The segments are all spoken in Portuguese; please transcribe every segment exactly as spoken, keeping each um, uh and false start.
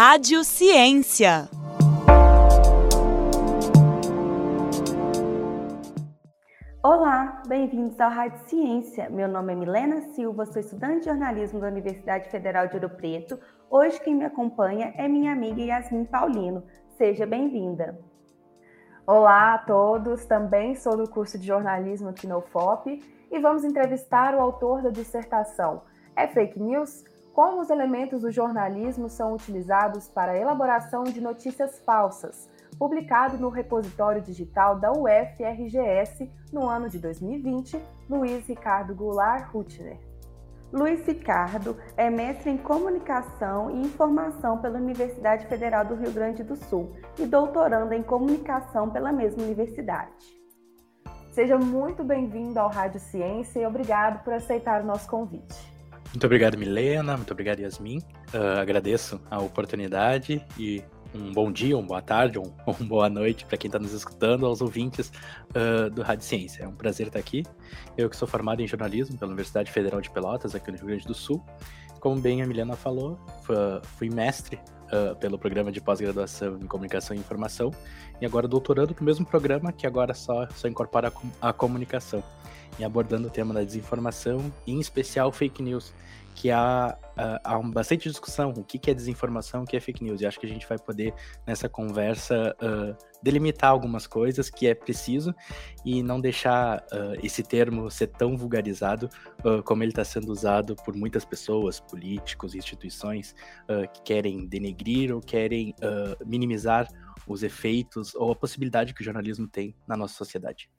Rádio Ciência. Olá, bem-vindos ao Rádio Ciência. Meu nome é Milena Silva, sou estudante de jornalismo da Universidade Federal de Ouro Preto. Hoje quem me acompanha é minha amiga Yasmin Paulino. Seja bem-vinda. Olá a todos, também sou do curso de jornalismo aqui no U F O P e vamos entrevistar o autor da dissertação. É fake news? Como os elementos do jornalismo são utilizados para a elaboração de notícias falsas, publicado no repositório digital da U F R G S no ano de dois mil e vinte, Luiz Ricardo Goulart Hüttner. Luiz Ricardo é mestre em Comunicação e Informação pela Universidade Federal do Rio Grande do Sul e doutorando em Comunicação pela mesma universidade. Seja muito bem-vindo ao Rádio Ciência e obrigado por aceitar o nosso convite. Muito obrigado, Milena. Muito obrigado, Yasmin. Uh, agradeço a oportunidade e um bom dia, uma boa tarde, um, uma boa noite para quem está nos escutando, aos ouvintes uh, do Rádio Ciência. É um prazer estar aqui. Eu que sou formado em jornalismo pela Universidade Federal de Pelotas, aqui no Rio Grande do Sul. Como bem a Milena falou, fui mestre uh, pelo programa de pós-graduação em Comunicação e Informação e agora doutorando no mesmo programa que agora só, só incorpora a, a comunicação e abordando o tema da desinformação e em especial fake news, que há, há, há bastante discussão, o que é desinformação, o que é fake news, e acho que a gente vai poder, nessa conversa, uh, delimitar algumas coisas que é preciso e não deixar uh, esse termo ser tão vulgarizado uh, como ele está sendo usado por muitas pessoas, políticos, instituições, uh, que querem denegrir ou querem uh, minimizar os efeitos ou a possibilidade que o jornalismo tem na nossa sociedade.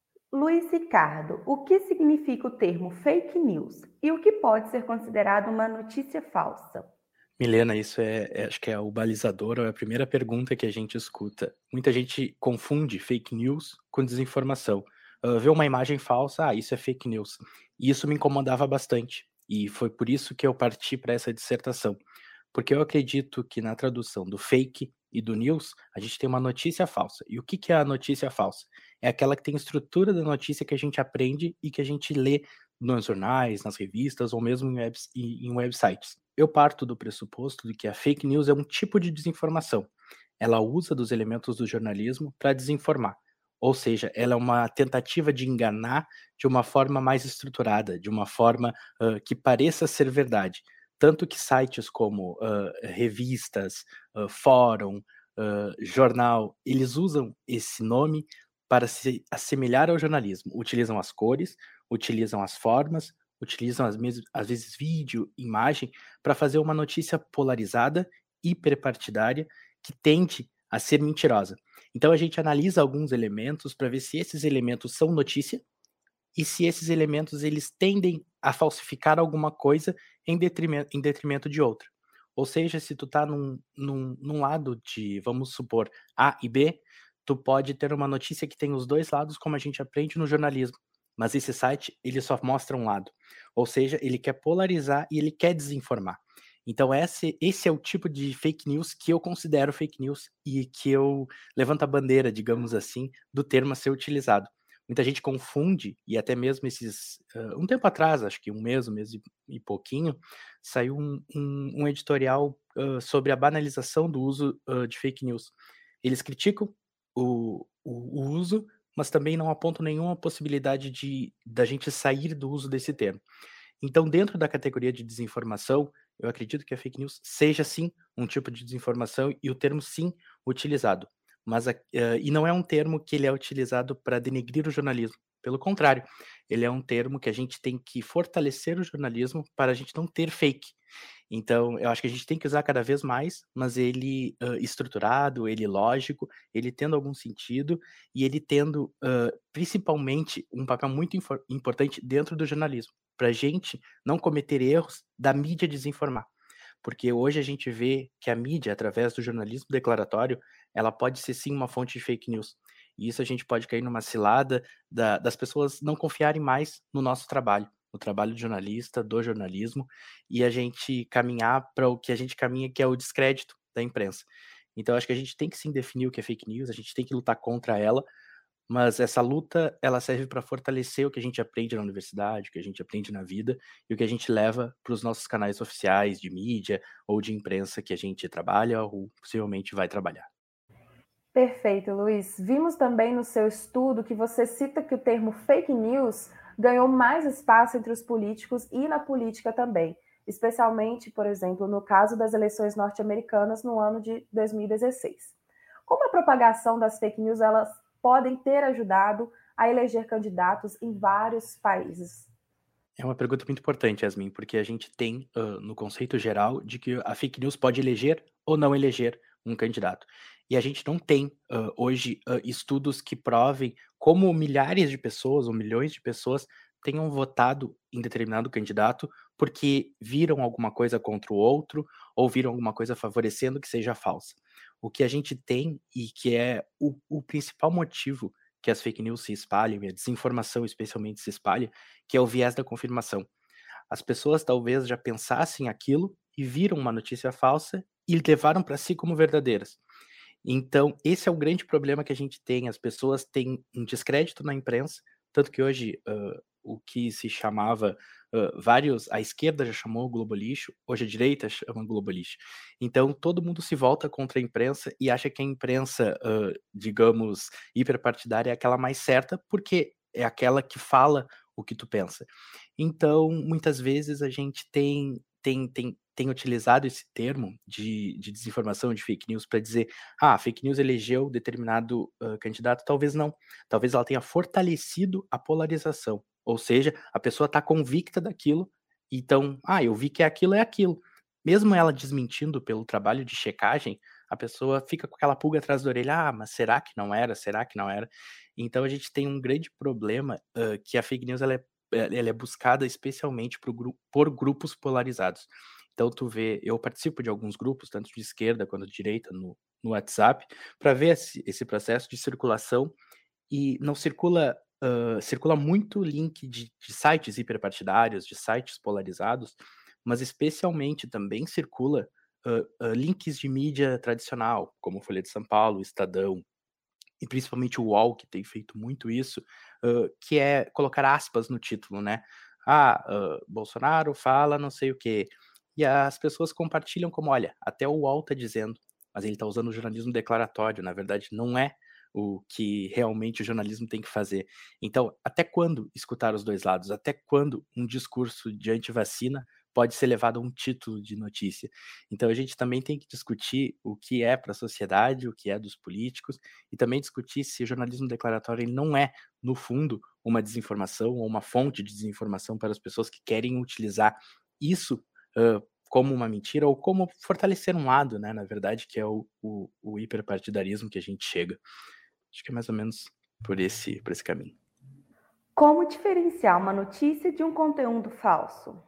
Luiz Ricardo, o que significa o termo fake news e o que pode ser considerado uma notícia falsa? Milena, isso é, é acho que é o balizador, ou é a primeira pergunta que a gente escuta. Muita gente confunde fake news com desinformação. Uh, vê uma imagem falsa, ah, isso é fake news. E isso me incomodava bastante. E foi por isso que eu parti para essa dissertação. Porque eu acredito que na tradução do fake e do news, a gente tem uma notícia falsa. E o que, que é a notícia falsa? É aquela que tem estrutura da notícia que a gente aprende e que a gente lê nos jornais, nas revistas ou mesmo em, webs, em websites. Eu parto do pressuposto de que a fake news é um tipo de desinformação. Ela usa dos elementos do jornalismo para desinformar. Ou seja, ela é uma tentativa de enganar de uma forma mais estruturada, de uma forma uh, que pareça ser verdade. Tanto que sites como uh, revistas, uh, fórum, uh, jornal, eles usam esse nome para se assemelhar ao jornalismo. Utilizam as cores, utilizam as formas, utilizam às vezes, às vezes vídeo, imagem, para fazer uma notícia polarizada, hiperpartidária, que tende a ser mentirosa. Então a gente analisa alguns elementos para ver se esses elementos são notícia e se esses elementos eles tendem a falsificar alguma coisa em detrimento, em detrimento de outra. Ou seja, se tu tá num, num, num lado de, vamos supor, A e B, tu pode ter uma notícia que tem os dois lados, como a gente aprende no jornalismo. Mas esse site, ele só mostra um lado. Ou seja, ele quer polarizar e ele quer desinformar. Então esse, esse é o tipo de fake news que eu considero fake news e que eu levanto a bandeira, digamos assim, do termo a ser utilizado. Muita gente confunde, e até mesmo esses... Uh, um tempo atrás, acho que um mês, um mês e, e pouquinho, saiu um, um, um editorial uh, sobre a banalização do uso uh, de fake news. Eles criticam o, o, o uso, mas também não apontam nenhuma possibilidade de da gente sair do uso desse termo. Então, dentro da categoria de desinformação, eu acredito que a fake news seja, sim, um tipo de desinformação e o termo, sim, utilizado. Mas, uh, e não é um termo que ele é utilizado para denegrir o jornalismo. Pelo contrário, ele é um termo que a gente tem que fortalecer o jornalismo para a gente não ter fake. Então, eu acho que a gente tem que usar cada vez mais, mas ele uh, estruturado, ele lógico, ele tendo algum sentido e ele tendo, uh, principalmente, um papel muito importante dentro do jornalismo, para a gente não cometer erros da mídia desinformar. Porque hoje a gente vê que a mídia, através do jornalismo declaratório, ela pode ser sim uma fonte de fake news. E isso a gente pode cair numa cilada da, das pessoas não confiarem mais no nosso trabalho, no trabalho de jornalista, do jornalismo, e a gente caminhar para o que a gente caminha, que é o descrédito da imprensa. Então acho que a gente tem que sim definir o que é fake news, a gente tem que lutar contra ela, mas essa luta, ela serve para fortalecer o que a gente aprende na universidade, o que a gente aprende na vida e o que a gente leva para os nossos canais oficiais de mídia ou de imprensa que a gente trabalha ou possivelmente vai trabalhar. Perfeito, Luiz. Vimos também no seu estudo que você cita que o termo fake news ganhou mais espaço entre os políticos e na política também, especialmente, por exemplo, no caso das eleições norte-americanas no ano de dois mil e dezesseis. Como a propagação das fake news elas podem ter ajudado a eleger candidatos em vários países? É uma pergunta muito importante, Yasmin, porque a gente tem, hã, no conceito geral de que a fake news pode eleger ou não eleger um candidato. E a gente não tem, hã, hoje, hã, estudos que provem como milhares de pessoas ou milhões de pessoas tenham votado em determinado candidato, porque viram alguma coisa contra o outro ou viram alguma coisa favorecendo que seja falsa. O que a gente tem e que é o o principal motivo que as fake news se espalham e a desinformação especialmente se espalha, que é o viés da confirmação. As pessoas talvez já pensassem aquilo e viram uma notícia falsa e levaram para si como verdadeiras. Então, esse é o grande problema que a gente tem. As pessoas têm um descrédito na imprensa, tanto que hoje, hã, o que se chamava, hã, vários a esquerda já chamou o Globo lixo, hoje a direita chama Globo lixo. Então todo mundo se volta contra a imprensa e acha que a imprensa, hã, digamos, hiperpartidária é aquela mais certa, porque é aquela que fala o que tu pensa. Então, muitas vezes a gente tem tem tem tem utilizado esse termo de de desinformação, de fake news para dizer: "Ah, fake news elegeu determinado, hã, candidato", talvez não. Talvez ela tenha fortalecido a polarização, ou seja, a pessoa está convicta daquilo, então: "Ah, eu vi que é aquilo, é aquilo". Mesmo ela desmentindo pelo trabalho de checagem, a pessoa fica com aquela pulga atrás da orelha: "Ah, mas será que não era? Será que não era?". Então a gente tem um grande problema, hã, que a fake news ela é eh, ela é buscada especialmente por gru por grupos polarizados. Então tu vê, eu participo de alguns grupos, tanto de esquerda quanto de direita no no WhatsApp, para ver esse esse processo de circulação e não circula, hã, circula muito link de de sites hiperpartidários, de sites polarizados, mas especialmente também circula, hã hã, links de mídia tradicional, como Folha de São Paulo, Estadão, e principalmente o U O L, que tem feito muito isso, hã, que é colocar aspas no título, né. Ah, hã, Bolsonaro fala não sei o quê, e as pessoas compartilham como: "Olha, até o U O L tá dizendo", mas ele tá usando o jornalismo declaratório, na verdade não é o que realmente o jornalismo tem que fazer. Então, até quando escutar os dois lados? Até quando um discurso de antivacina pode ser levado a um título de notícia? Então a gente também tem que discutir o que é para a sociedade, o que é dos políticos, e também discutir se o jornalismo declaratório ele não é, no fundo, uma desinformação ou uma fonte de desinformação para as pessoas que querem utilizar isso, hã, como uma mentira ou como fortalecer um lado, né, na verdade, que é o o o hiperpartidarismo que a gente chega. Acho que é mais ou menos por esse por esse caminho. Como diferenciar uma notícia de um conteúdo falso?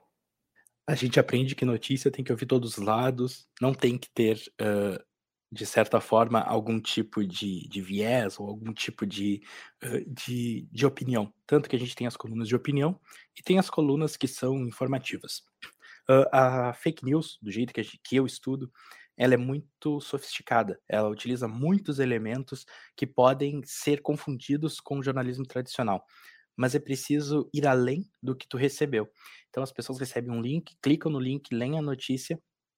A gente aprende que notícia tem que ouvir todos os lados, não tem que ter, hã, de certa forma, algum tipo de de viés ou algum tipo de, hã, de de opinião. Tanto que a gente tem as colunas de opinião e tem as colunas que são informativas. Hã, a fake news, do jeito que a gen que eu estudo, ela é muito sofisticada, ela utiliza muitos elementos que podem ser confundidos com o jornalismo tradicional, mas é preciso ir além do que tu recebeu. Então as pessoas recebem um link, clicam no link, leem a notícia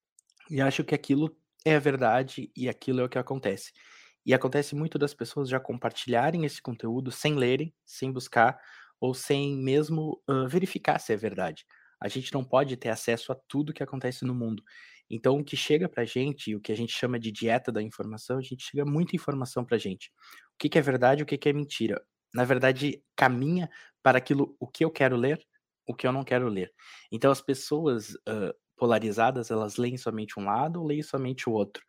e acham que aquilo é a verdade e aquilo é o que acontece. E acontece muito das pessoas já compartilharem esse conteúdo sem lerem, sem buscar ou sem mesmo, hã, verificar se é verdade. A gente não pode ter acesso a tudo que acontece no mundo. Então o que chega pra gente, o que a gente chama de dieta da informação, a gente chega muita informação pra gente. O que que é verdade e o que que é mentira. Na verdade, caminha para aquilo o que eu quero ler, o que eu não quero ler. Então as pessoas, hã, polarizadas, elas leem somente um lado ou leem somente o outro.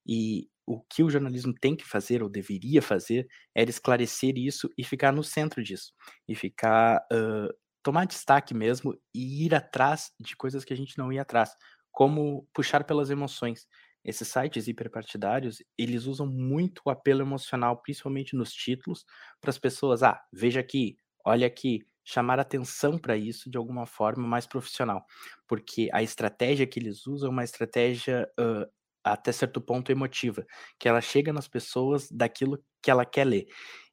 E o que o jornalismo tem que fazer ou deveria fazer, era esclarecer isso e ficar no centro disso. E ficar, hã, tomar destaque mesmo e ir atrás de coisas que a gente não ia atrás, como puxar pelas emoções. Esses sites hiperpartidários, eles usam muito o apelo emocional, principalmente nos títulos, para as pessoas: "Ah, veja aqui, olha aqui", chamar atenção para isso de alguma forma mais profissional, porque a estratégia que eles usam é uma estratégia, hã, até certo ponto emotiva, que ela chega nas pessoas daquilo que ela quer ler.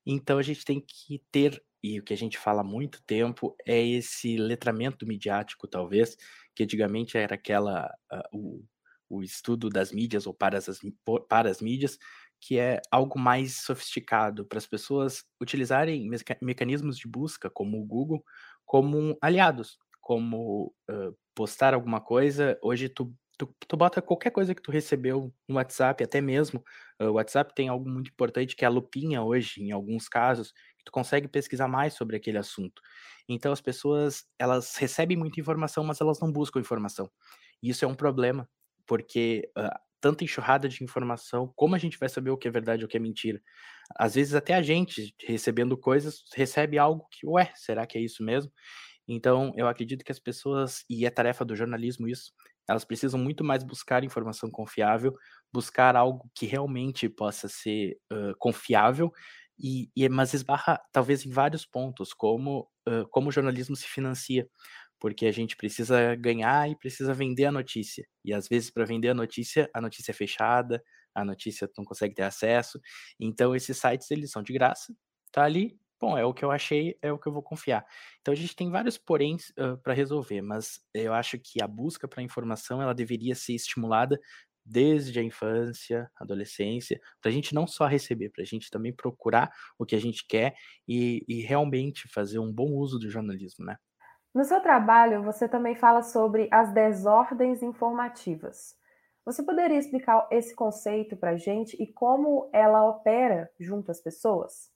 Então a gente tem que ter, e o que a gente fala há muito tempo, é esse letramento midiático, talvez, que antigamente era aquela, ah, o, o estudo das mídias ou para as, po- para as mídias, que é algo mais sofisticado para as pessoas utilizarem meca- mecanismos de busca, como o Google, como aliados, como ah, postar alguma coisa. Hoje tu, tu, tu bota qualquer coisa que tu recebeu no WhatsApp, até mesmo ah, o WhatsApp tem algo muito importante que é a lupinha hoje, em alguns casos, que tu consegue pesquisar mais sobre aquele assunto. Então as pessoas, elas recebem muita informação, mas elas não buscam informação. E isso é um problema, porque ah, tanta enxurrada de informação, como a gente vai saber o que é verdade e o que é mentira? Às vezes até a gente, recebendo coisas, recebe algo que, ué, será que é isso mesmo? Então, eu acredito que as pessoas, e é tarefa do jornalismo isso, elas precisam muito mais buscar informação confiável, buscar algo que realmente possa ser hã, confiável, e, e mas esbarra talvez em vários pontos, como hã, como o jornalismo se financia, porque a gente precisa ganhar e precisa vender a notícia. E às vezes para vender a notícia, a notícia é fechada, a notícia tu não consegue ter acesso. Então esses sites eles são de graça, tá ali, bom, é o que eu achei, é o que eu vou confiar. Então a gente tem vários poréns, para resolver, mas eu acho que a busca para informação ela deveria ser estimulada desde a infância, adolescência, para a gente não só receber, para a gente também procurar o que a gente quer e e realmente fazer um bom uso do jornalismo, né. No seu trabalho, você também fala sobre as desordens informativas. Você poderia explicar esse conceito para a gente e como ela opera junto às pessoas?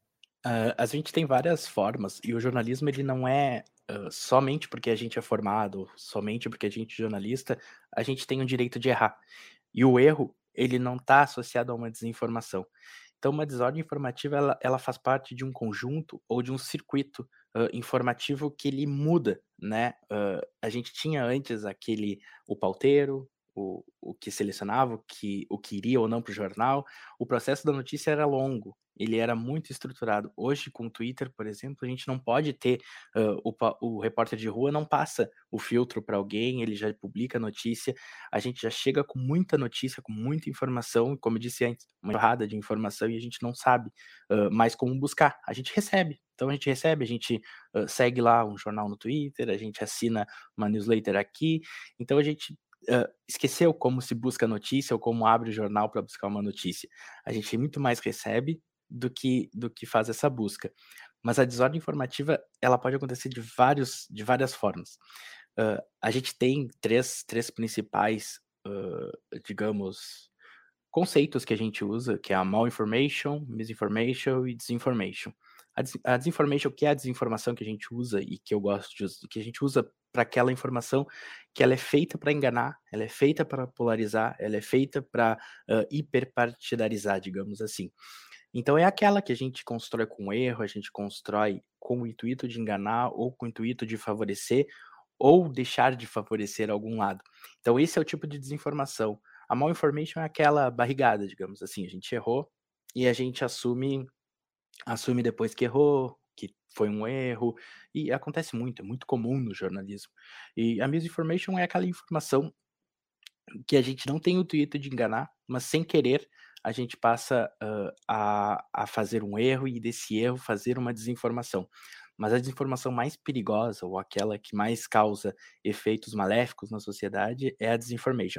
Hã, a gente tem várias formas e o jornalismo ele não é, hã, somente porque a gente é formado, somente porque a gente é jornalista, a gente tem o direito de errar. E o erro, ele não está associado a uma desinformação. Então uma desordem informativa ela ela faz parte de um conjunto ou de um circuito, hã, informativo que ele muda, né. Hã, a gente tinha antes aquele o pauteiro, o o que selecionava o que o que iria ou não para o jornal, o processo da notícia era longo, ele era muito estruturado. Hoje, com o Twitter, por exemplo, a gente não pode ter, hã, o pa o repórter de rua não passa o filtro para alguém, ele já publica a notícia, a gente já chega com muita notícia, com muita informação, e como eu disse antes, uma enxurrada de informação e a gente não sabe, hã, mais como buscar. A gente recebe, então a gente recebe, a gente, hã, segue lá um jornal no Twitter, a gente assina uma newsletter aqui, então a gente, hã, esqueceu como se busca notícia ou como abre o jornal para buscar uma notícia. A gente muito mais recebe do que do que faz essa busca. Mas a desordem informativa, ela pode acontecer de vários de várias formas. Hã, a gente tem três três principais, hã, digamos, conceitos que a gente usa, que é a malinformation, misinformation e disinformation. A des a disinformation, que é a desinformação que a gente usa e que eu gosto de us que a gente usa para aquela informação que ela é feita para enganar, ela é feita para polarizar, ela é feita para hiperpartidarizar, digamos assim. Então é aquela que a gente constrói com erro, a gente constrói com o intuito de enganar ou com o intuito de favorecer ou deixar de favorecer algum lado. Então esse é o tipo de desinformação. A malinformation é aquela barrigada, digamos assim, a gente errou e a gente assume assume depois que errou, que foi um erro, e acontece muito, é muito comum no jornalismo. E a misinformation é aquela informação que a gente não tem o intuito de enganar, mas sem querer a gente passa, hã, a a fazer um erro e desse erro fazer uma desinformação. Mas a desinformação mais perigosa ou aquela que mais causa efeitos maléficos na sociedade é a disinformation.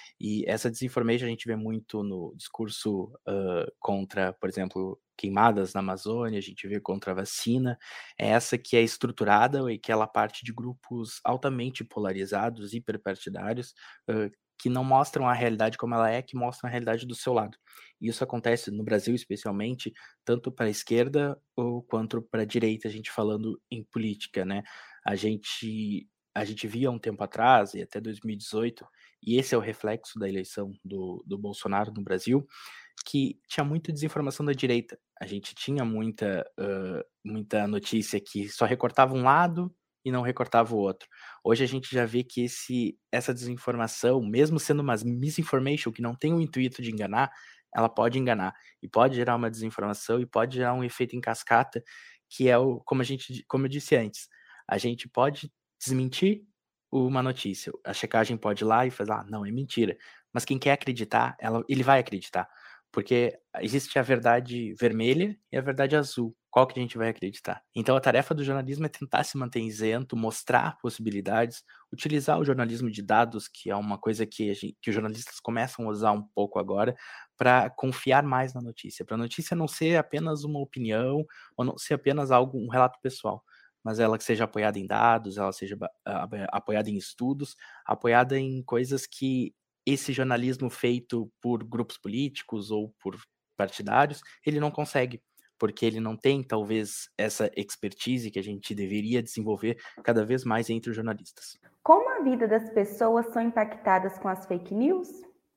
E essa desinformation a gente vê muito no discurso, hã, contra, por exemplo, queimadas na Amazônia, a gente vê contra a vacina, é essa que é estruturada e que ela parte de grupos altamente polarizados, hiperpartidários, hã, que não mostram a realidade como ela é, que mostram a realidade do seu lado. E isso acontece no Brasil especialmente, tanto para a esquerda ou quanto para a direita, a gente falando em política, né. A gente a gente via um tempo atrás, e até dois mil e dezoito, e esse é o reflexo da eleição do do Bolsonaro no Brasil, que tinha muita desinformação da direita. A gente tinha muita, hã, muita notícia que só recortava um lado e não recortava o outro. Hoje a gente já vê que esse essa desinformação, mesmo sendo uma misinformation que não tem o intuito de enganar, ela pode enganar e pode gerar uma desinformação e pode gerar um efeito em cascata, que é o como a gente como eu disse antes, a gente pode desmentir uma notícia, a checagem pode ir lá e falar: "Ah, não, é mentira", mas quem quer acreditar, ela ele vai acreditar, Porque existe a verdade vermelha e a verdade azul. Qual que a gente vai acreditar? Então a tarefa do jornalismo é tentar se manter isento, mostrar possibilidades, utilizar o jornalismo de dados, que é uma coisa que, a gente, que os jornalistas começam a usar um pouco agora, para confiar mais na notícia. Para a notícia não ser apenas uma opinião, ou não ser apenas algo, um relato pessoal, mas ela que seja apoiada em dados, ela seja apoiada em estudos, apoiada em coisas que esse jornalismo feito por grupos políticos ou por partidários, ele não consegue, porque ele não tem, talvez, essa expertise que a gente deveria desenvolver cada vez mais entre os jornalistas. Como a vida das pessoas são impactadas com as fake news?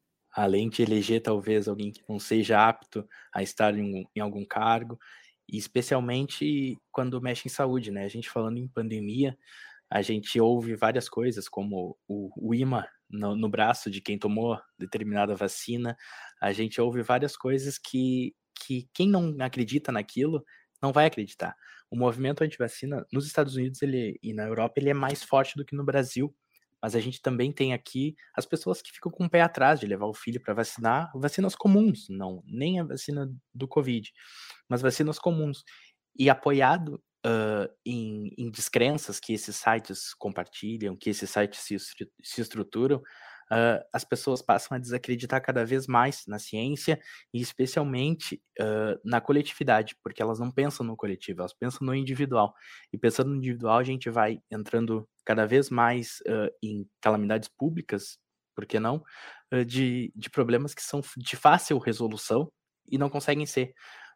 Além de eleger, talvez, alguém que não seja apto a estar em, em algum cargo, e especialmente quando mexe em saúde, né? A gente falando em pandemia, a gente ouve várias coisas, como o, o imã no, no braço de quem tomou determinada vacina. A gente ouve várias coisas que, que quem não acredita naquilo não vai acreditar. O movimento anti-vacina nos Estados Unidos ele, e na Europa ele é mais forte do que no Brasil, mas a gente também tem aqui as pessoas que ficam com o pé atrás de levar o filho para vacinar, vacinas comuns, não nem a vacina do Covid, mas vacinas comuns. E apoiado uh, em, em descrenças que esses sites compartilham, que esses sites se, se estruturam, uh, as pessoas passam a desacreditar cada vez mais na ciência e especialmente uh, na coletividade, porque elas não pensam no coletivo, elas pensam no individual. E pensando no individual, a gente vai entrando cada vez mais uh, em calamidades públicas, por que não, uh, de, de problemas que são de fácil resolução e não conseguem ser,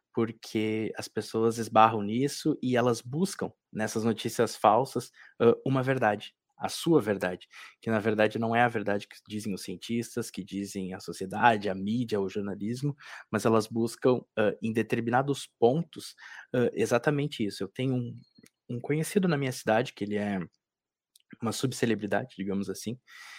porque as pessoas esbarram nisso e elas buscam, nessas notícias falsas, uh, uma verdade, a sua verdade, que na verdade não é a verdade que dizem os cientistas, que dizem a sociedade, a mídia, o jornalismo, mas elas buscam, uh, em determinados pontos, uh, exatamente isso. Eu tenho um, um conhecido na minha cidade, que ele é uma subcelebridade, digamos assim,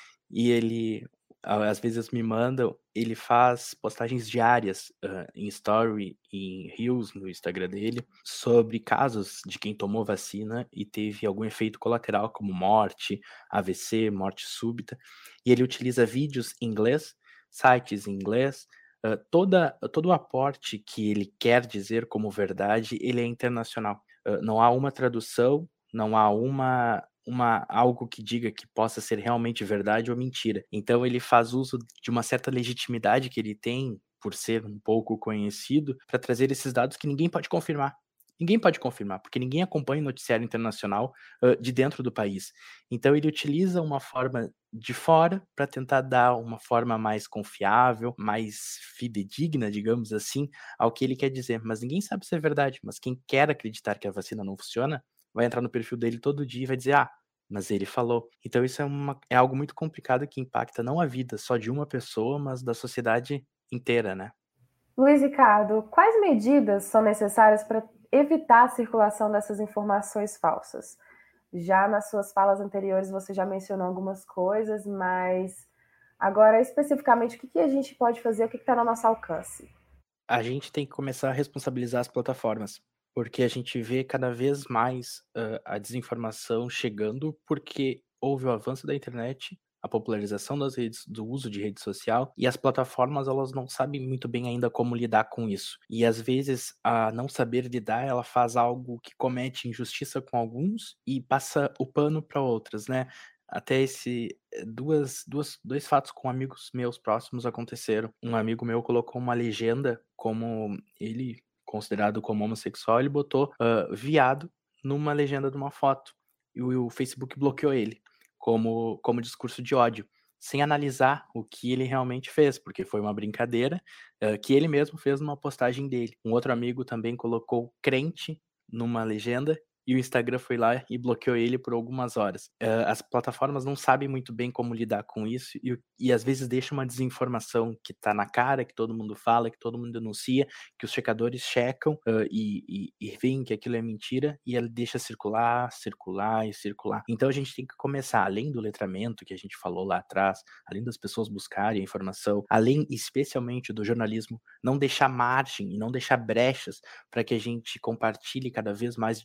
e ele às vezes me mandam, ele faz postagens diárias uh, em story, em reels no Instagram dele, sobre casos de quem tomou vacina e teve algum efeito colateral, como morte, A V C, morte súbita, e ele utiliza vídeos em inglês, sites em inglês, uh, toda, todo o aporte que ele quer dizer como verdade, ele é internacional. Uh, não há uma tradução, não há uma uma algo que diga que possa ser realmente verdade ou mentira. Então ele faz uso de uma certa legitimidade que ele tem, por ser um pouco conhecido, para trazer esses dados que ninguém pode confirmar. Ninguém pode confirmar, porque ninguém acompanha o noticiário internacional uh, de dentro do país. Então ele utiliza uma forma de fora para tentar dar uma forma mais confiável, mais fidedigna, digamos assim, ao que ele quer dizer. Mas ninguém sabe se é verdade. Mas quem quer acreditar que a vacina não funciona, vai entrar no perfil dele todo dia e vai dizer, ah, mas ele falou. Então isso é, uma, é algo muito complicado que impacta não a vida só de uma pessoa, mas da sociedade inteira, né? Luiz Ricardo, quais medidas são necessárias para evitar a circulação dessas informações falsas? Já nas suas falas anteriores você já mencionou algumas coisas, mas agora especificamente o que a gente pode fazer, o que está no nosso alcance? A gente tem que começar a responsabilizar as plataformas, porque a gente vê cada vez mais uh, a desinformação chegando, porque houve o avanço da internet, a popularização das redes, do uso de rede social, e as plataformas elas não sabem muito bem ainda como lidar com isso. E às vezes a não saber lidar, ela faz algo que comete injustiça com alguns e passa o pano para outras, né? Até esse duas, duas, dois fatos com amigos meus próximos aconteceram. Um amigo meu colocou uma legenda como ele, considerado como homossexual, ele botou uh, viado numa legenda de uma foto. E o, o Facebook bloqueou ele como, como discurso de ódio, sem analisar o que ele realmente fez, porque foi uma brincadeira uh, que ele mesmo fez numa postagem dele. Um outro amigo também colocou crente numa legenda e o Instagram foi lá e bloqueou ele por algumas horas. Uh, as plataformas não sabem muito bem como lidar com isso e, e às vezes deixam uma desinformação que tá na cara, que todo mundo fala, que todo mundo denuncia, que os checadores checam uh, e, e, e veem que aquilo é mentira e ela deixa circular, circular e circular. Então a gente tem que começar, além do letramento que a gente falou lá atrás, além das pessoas buscarem a informação, além especialmente do jornalismo, não deixar margem e não deixar brechas para que a gente compartilhe cada vez mais des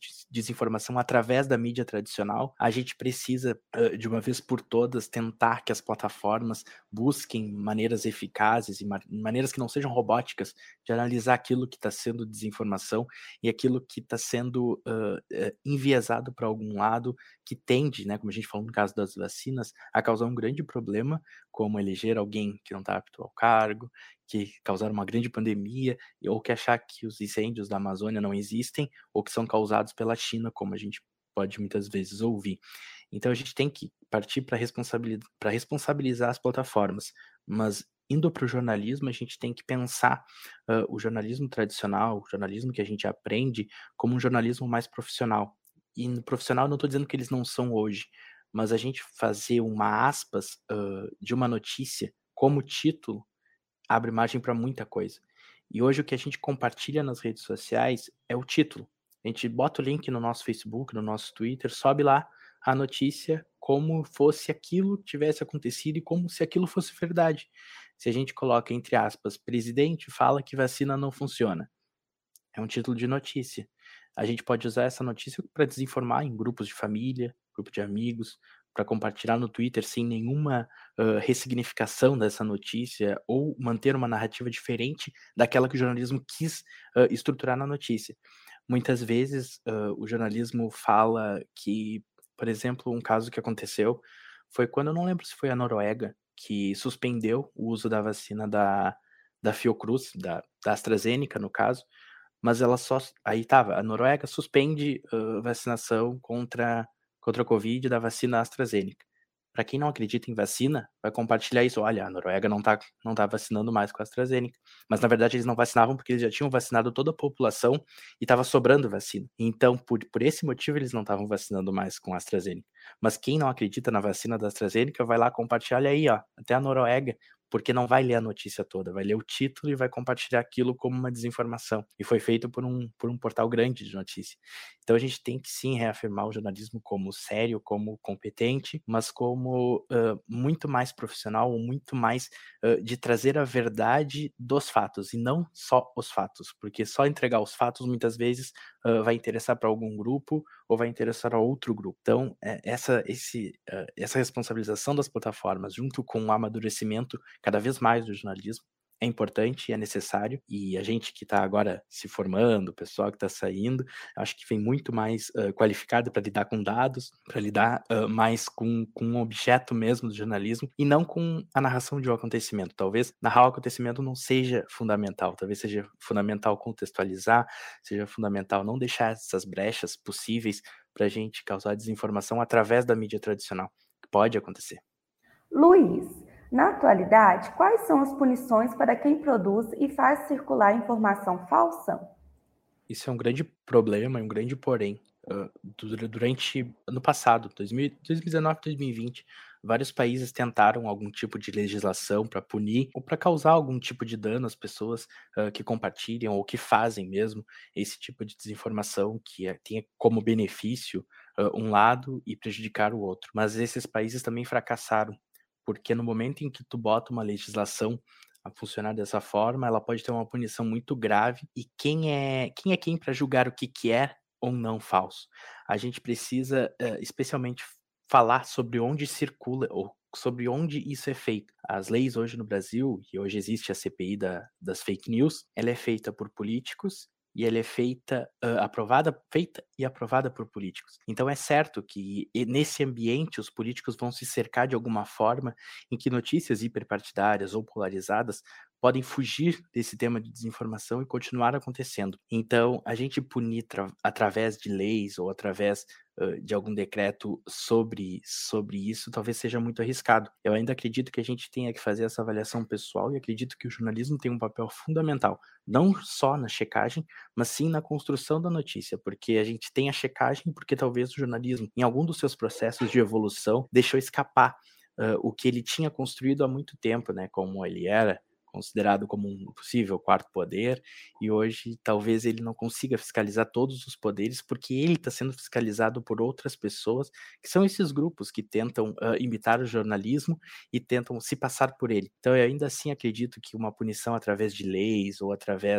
desinformação através da mídia tradicional, a gente precisa, uh, de uma vez por todas, tentar que as plataformas busquem maneiras eficazes e ma- maneiras que não sejam robóticas de analisar aquilo que está sendo desinformação e aquilo que está sendo uh, uh, enviesado para algum lado, que tende, né, como a gente falou no caso das vacinas, a causar um grande problema, como eleger alguém que não está apto ao cargo, que causaram uma grande pandemia, ou que achar que os incêndios da Amazônia não existem, ou que são causados pela China, como a gente pode muitas vezes ouvir. Então a gente tem que partir para responsabilizar, para responsabilizar as plataformas, mas indo para o jornalismo, a gente tem que pensar uh, o jornalismo tradicional, o jornalismo que a gente aprende, como um jornalismo mais profissional. E no profissional eu não estou dizendo que eles não são hoje, mas a gente fazer uma aspas uh, de uma notícia como título abre margem para muita coisa. E hoje o que a gente compartilha nas redes sociais é o título. A gente bota o link no nosso Facebook, no nosso Twitter, sobe lá a notícia como fosse aquilo tivesse acontecido e como se aquilo fosse verdade. Se a gente coloca entre aspas, presidente fala que vacina não funciona, é um título de notícia. A gente pode usar essa notícia para desinformar em grupos de família, grupo de amigos, para compartilhar no Twitter sem nenhuma uh, ressignificação dessa notícia ou manter uma narrativa diferente daquela que o jornalismo quis uh, estruturar na notícia. Muitas vezes uh, o jornalismo fala que, por exemplo, um caso que aconteceu foi quando, eu não lembro se foi a Noruega, que suspendeu o uso da vacina da, da Fiocruz, da, da AstraZeneca, no caso, mas ela só aí estava, a Noruega suspende, hã, vacinação contra contra a Covid da vacina AstraZeneca. Para quem não acredita em vacina, vai compartilhar isso: "Olha, a Noruega não tá não tá vacinando mais com a AstraZeneca", mas na verdade eles não vacinavam, porque eles já tinham vacinado toda a população e estava sobrando vacina. Então por por esse motivo eles não estavam vacinando mais com a AstraZeneca. Mas quem não acredita na vacina da AstraZeneca vai lá compartilhar: "Olha aí, ó, até a Noruega", porque não vai ler a notícia toda, vai ler o título e vai compartilhar aquilo como uma desinformação. E foi feito por um por um portal grande de notícia. Então a gente tem que sim reafirmar o jornalismo como sério, como competente, mas como hã, muito mais profissional, ou muito mais hã, de trazer a verdade dos fatos e não só os fatos, porque só entregar os fatos muitas vezes hã, vai interessar para algum grupo ou vai interessar a outro grupo. Então, eh, essa esse hã, essa responsabilização das plataformas junto com o amadurecimento cada vez mais do jornalismo é importante e é necessário, e a gente que está agora se formando, o pessoal que está saindo, acho que vem muito mais hã, qualificado para lidar com dados, para lidar hã, mais com com o objeto mesmo do jornalismo e não com a narração de um acontecimento. Talvez narrar o acontecimento não seja fundamental, talvez seja fundamental contextualizar, seja fundamental não deixar essas brechas possíveis para a gente causar desinformação através da mídia tradicional, que pode acontecer. Luiz, na atualidade, quais são as punições para quem produz e faz circular informação falsa? Isso é um grande problema, é um grande porém. Hã, dura durante ano passado, dois mil dois mil e dezenove, dois mil e vinte, vários países tentaram algum tipo de legislação para punir ou para causar algum tipo de dano às pessoas, hã, que compartilham ou que fazem mesmo esse tipo de desinformação que é tenha como benefício, hã, um lado e prejudicar o outro. Mas esses países também fracassaram, porque no momento em que tu bota uma legislação a funcionar dessa forma, ela pode ter uma punição muito grave e quem é quem é quem para julgar o que que é ou não falso? A gente precisa, hã, especialmente falar sobre onde circula ou sobre onde isso é feito. As leis hoje no Brasil, e hoje existe a C P I da das fake news, ela é feita por políticos e ela é feita, hã, aprovada feita e aprovada por políticos. Então é certo que e nesse ambiente os políticos vão se cercar de alguma forma em que notícias hiperpartidárias ou polarizadas podem fugir desse tema de desinformação e continuar acontecendo. Então, a gente punir tra através de leis ou através, hã, de algum decreto sobre sobre isso, talvez seja muito arriscado. Eu ainda acredito que a gente tenha que fazer essa avaliação pessoal e acredito que o jornalismo tem um papel fundamental, não só na checagem, mas sim na construção da notícia, porque a gente tem a checagem, porque talvez o jornalismo, em algum dos seus processos de evolução, deixou escapar hã, o que ele tinha construído há muito tempo, né, como ele era considerado como um possível quarto poder, e hoje talvez ele não consiga fiscalizar todos os poderes, porque ele está sendo fiscalizado por outras pessoas, que são esses grupos que tentam hã, imitar o jornalismo e tentam se passar por ele. Então eu ainda assim acredito que uma punição através de leis ou através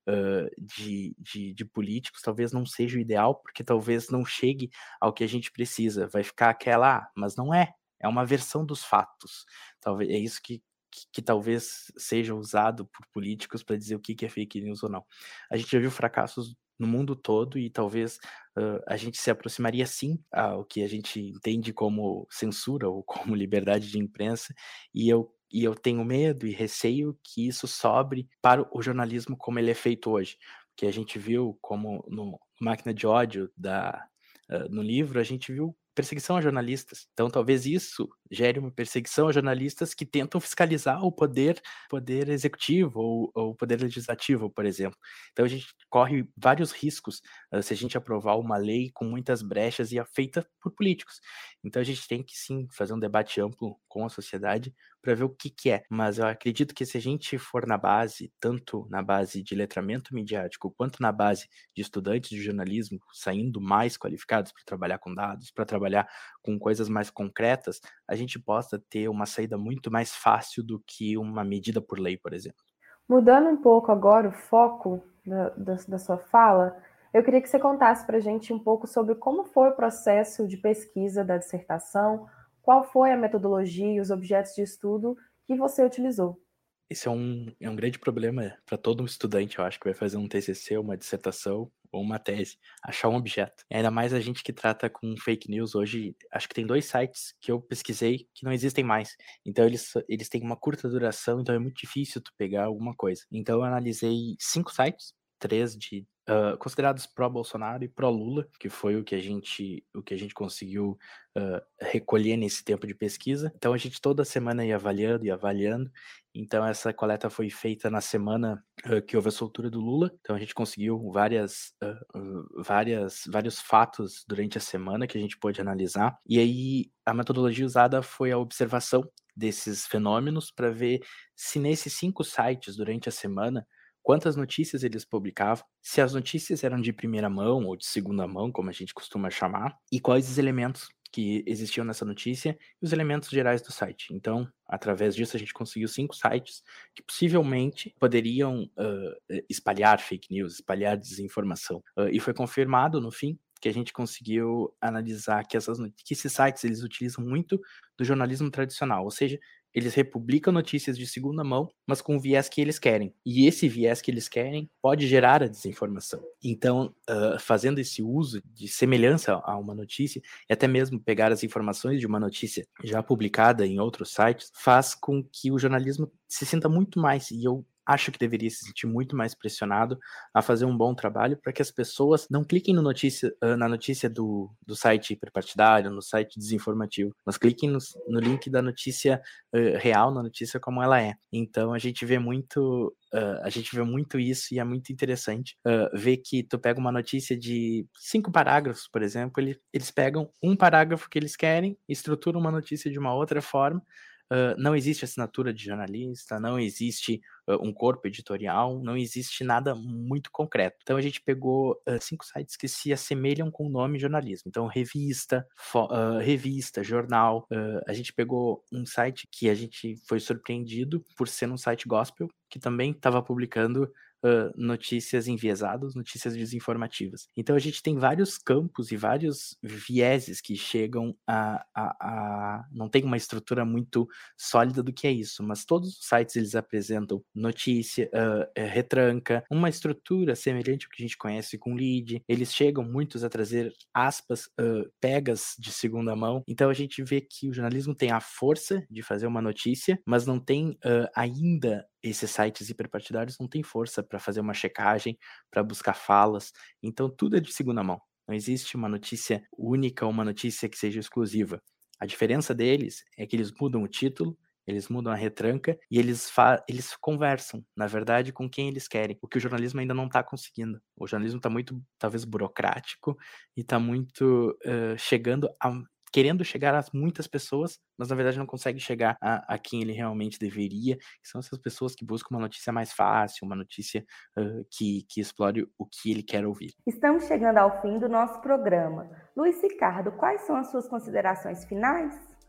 uh, de, de, de políticos talvez não seja o ideal, porque talvez não chegue ao que a gente precisa. Vai ficar aquela, ah, mas não é, é uma versão dos fatos. Talvez, é isso que, que, que talvez seja usado por políticos para dizer o que, que é fake news ou não. A gente já viu fracassos no mundo todo e talvez uh, a gente se aproximaria sim ao que a gente entende como censura ou como liberdade de imprensa, e eu, e eu tenho medo e receio que isso sobre para o jornalismo como ele é feito hoje, porque a gente viu como no Máquina de Ódio da, uh, no livro, a gente viu perseguição a jornalistas. Então, talvez isso gere uma perseguição a jornalistas que tentam fiscalizar o poder, poder executivo ou, ou o poder legislativo, por exemplo. Então, a gente corre vários riscos uh, se a gente aprovar uma lei com muitas brechas e é feita por políticos. Então, a gente tem que, sim, fazer um debate amplo com a sociedade para ver o que, que é. Mas eu acredito que se a gente for na base, tanto na base de letramento midiático, quanto na base de estudantes de jornalismo, saindo mais qualificados para trabalhar com dados, para trabalhar com coisas mais concretas, a gente possa ter uma saída muito mais fácil do que uma medida por lei, por exemplo. Mudando um pouco agora o foco da, da, da sua fala, eu queria que você contasse para a gente um pouco sobre como foi o processo de pesquisa da dissertação, qual foi a metodologia e os objetos de estudo que você utilizou. Esse é um, é um grande problema para todo um estudante, eu acho, que vai fazer um T C C, uma dissertação ou uma tese, achar um objeto. E ainda mais a gente que trata com fake news hoje, acho que tem dois sites que eu pesquisei que não existem mais. Então eles, eles têm uma curta duração, então é muito difícil tu pegar alguma coisa. Então eu analisei cinco sites, três de Uh, considerados pró-Bolsonaro e pró-Lula, que foi o que a gente, o que a gente conseguiu uh, recolher nesse tempo de pesquisa. Então a gente toda semana ia avaliando e avaliando. Então essa coleta foi feita na semana uh, que houve a soltura do Lula. Então a gente conseguiu várias, uh, uh, várias, vários fatos durante a semana que a gente pôde analisar. E aí a metodologia usada foi a observação desses fenômenos para ver se nesses cinco sites durante a semana quantas notícias eles publicavam, se as notícias eram de primeira mão ou de segunda mão, como a gente costuma chamar, e quais os elementos que existiam nessa notícia e os elementos gerais do site. Então, através disso, a gente conseguiu cinco sites que possivelmente poderiam uh, espalhar fake news, espalhar desinformação. Uh, e foi confirmado, no fim, que a gente conseguiu analisar que, essas, que esses sites eles utilizam muito do jornalismo tradicional, ou seja, eles republicam notícias de segunda mão, mas com o viés que eles querem. E esse viés que eles querem pode gerar a desinformação. Então, uh, fazendo esse uso de semelhança a uma notícia, e até mesmo pegar as informações de uma notícia já publicada em outros sites, faz com que o jornalismo se sinta muito mais, e eu acho que deveria se sentir muito mais pressionado a fazer um bom trabalho para que as pessoas não cliquem no notícia, na notícia do, do site hiperpartidário, no site desinformativo, mas cliquem no, no link da notícia uh, real, na notícia como ela é. Então a gente vê muito, uh, a gente vê muito isso e é muito interessante uh, ver que tu pega uma notícia de cinco parágrafos, por exemplo, ele, eles pegam um parágrafo que eles querem, estruturam uma notícia de uma outra forma. Uh, não existe assinatura de jornalista, não existe uh, um corpo editorial, não existe nada muito concreto. Então a gente pegou uh, cinco sites que se assemelham com o nome jornalismo. Então revista, uh, revista, jornal. Uh, a gente pegou um site que a gente foi surpreendido por ser um site gospel, que também estava publicando Uh, notícias enviesadas, notícias desinformativas. Então a gente tem vários campos e vários vieses que chegam a, a, a... não tem uma estrutura muito sólida do que é isso, mas todos os sites eles apresentam notícia, uh, é, retranca, uma estrutura semelhante ao que a gente conhece com lead, eles chegam muitos a trazer aspas, uh, pegas de segunda mão. Então a gente vê que o jornalismo tem a força de fazer uma notícia, mas não tem uh, ainda esses sites hiperpartidários não têm força para fazer uma checagem, para buscar falas, então tudo é de segunda mão. Não existe uma notícia única ou uma notícia que seja exclusiva. A diferença deles é que eles mudam o título, eles mudam a retranca e eles, eles conversam, na verdade, com quem eles querem, o que o jornalismo ainda não está conseguindo. O jornalismo está muito, talvez, burocrático e está muito uh, chegando a... querendo chegar a muitas pessoas, mas na verdade não consegue chegar a, a quem ele realmente deveria, que são essas pessoas que buscam uma notícia mais fácil, uma notícia uh, que, que explore o que ele quer ouvir. Estamos chegando ao fim do nosso programa. Luiz Ricardo, quais são as suas considerações finais?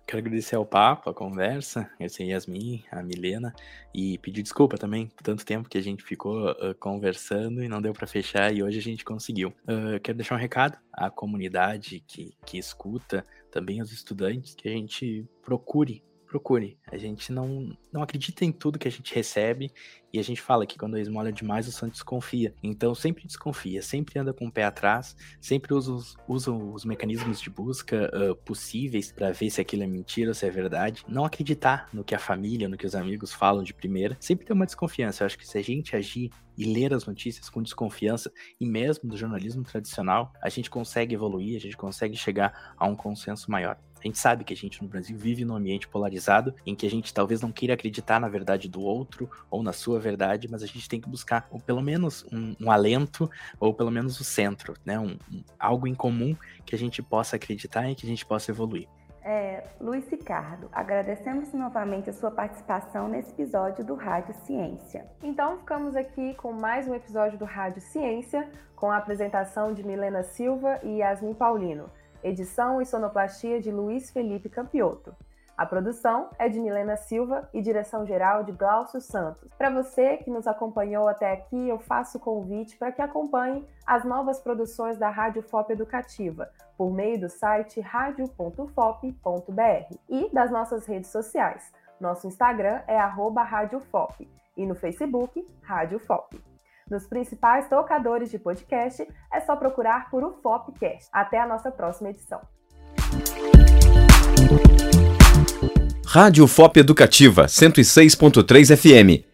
Quero agradecer ao papo, a conversa, agradecer a Yasmin, a Milena, e pedir desculpa também por tanto tempo que a gente ficou uh, conversando e não deu para fechar, e hoje a gente conseguiu. Uh, quero deixar um recado à comunidade que, que escuta, também aos estudantes, que a gente procure, procure. A gente não, não acredita em tudo que a gente recebe, e a gente fala que quando a esmola é demais, o santo desconfia. Então sempre desconfia, sempre anda com o pé atrás, sempre usa os, usa os mecanismos de busca uh, possíveis para ver se aquilo é mentira ou se é verdade. Não acreditar no que a família, no que os amigos falam de primeira. Sempre tem uma desconfiança. Eu acho que se a gente agir e ler as notícias com desconfiança, e mesmo do jornalismo tradicional, a gente consegue evoluir, a gente consegue chegar a um consenso maior. A gente sabe que a gente no Brasil vive num ambiente polarizado, em que a gente talvez não queira acreditar na verdade do outro, ou na sua verdade, mas a gente tem que buscar ou pelo menos um, um alento, ou pelo menos o centro, né? um, um, algo em comum que a gente possa acreditar e que a gente possa evoluir. É, Luiz Ricardo, agradecemos novamente a sua participação nesse episódio do Rádio Ciência. Então ficamos aqui com mais um episódio do Rádio Ciência, com a apresentação de Milena Silva e Yasmin Paulino, edição e sonoplastia de Luiz Felipe Campioto. A produção é de Milena Silva e direção-geral de Glaucio Santos. Para você que nos acompanhou até aqui, eu faço o convite para que acompanhe as novas produções da Rádio F O P Educativa, por meio do site radio ponto fop ponto br e das nossas redes sociais. Nosso Instagram é arroba Rádio F O P e no Facebook, Rádio F O P. Nos principais tocadores de podcast, é só procurar por o FOPcast. Até a nossa próxima edição. Rádio F O P Educativa cento e seis ponto três F M.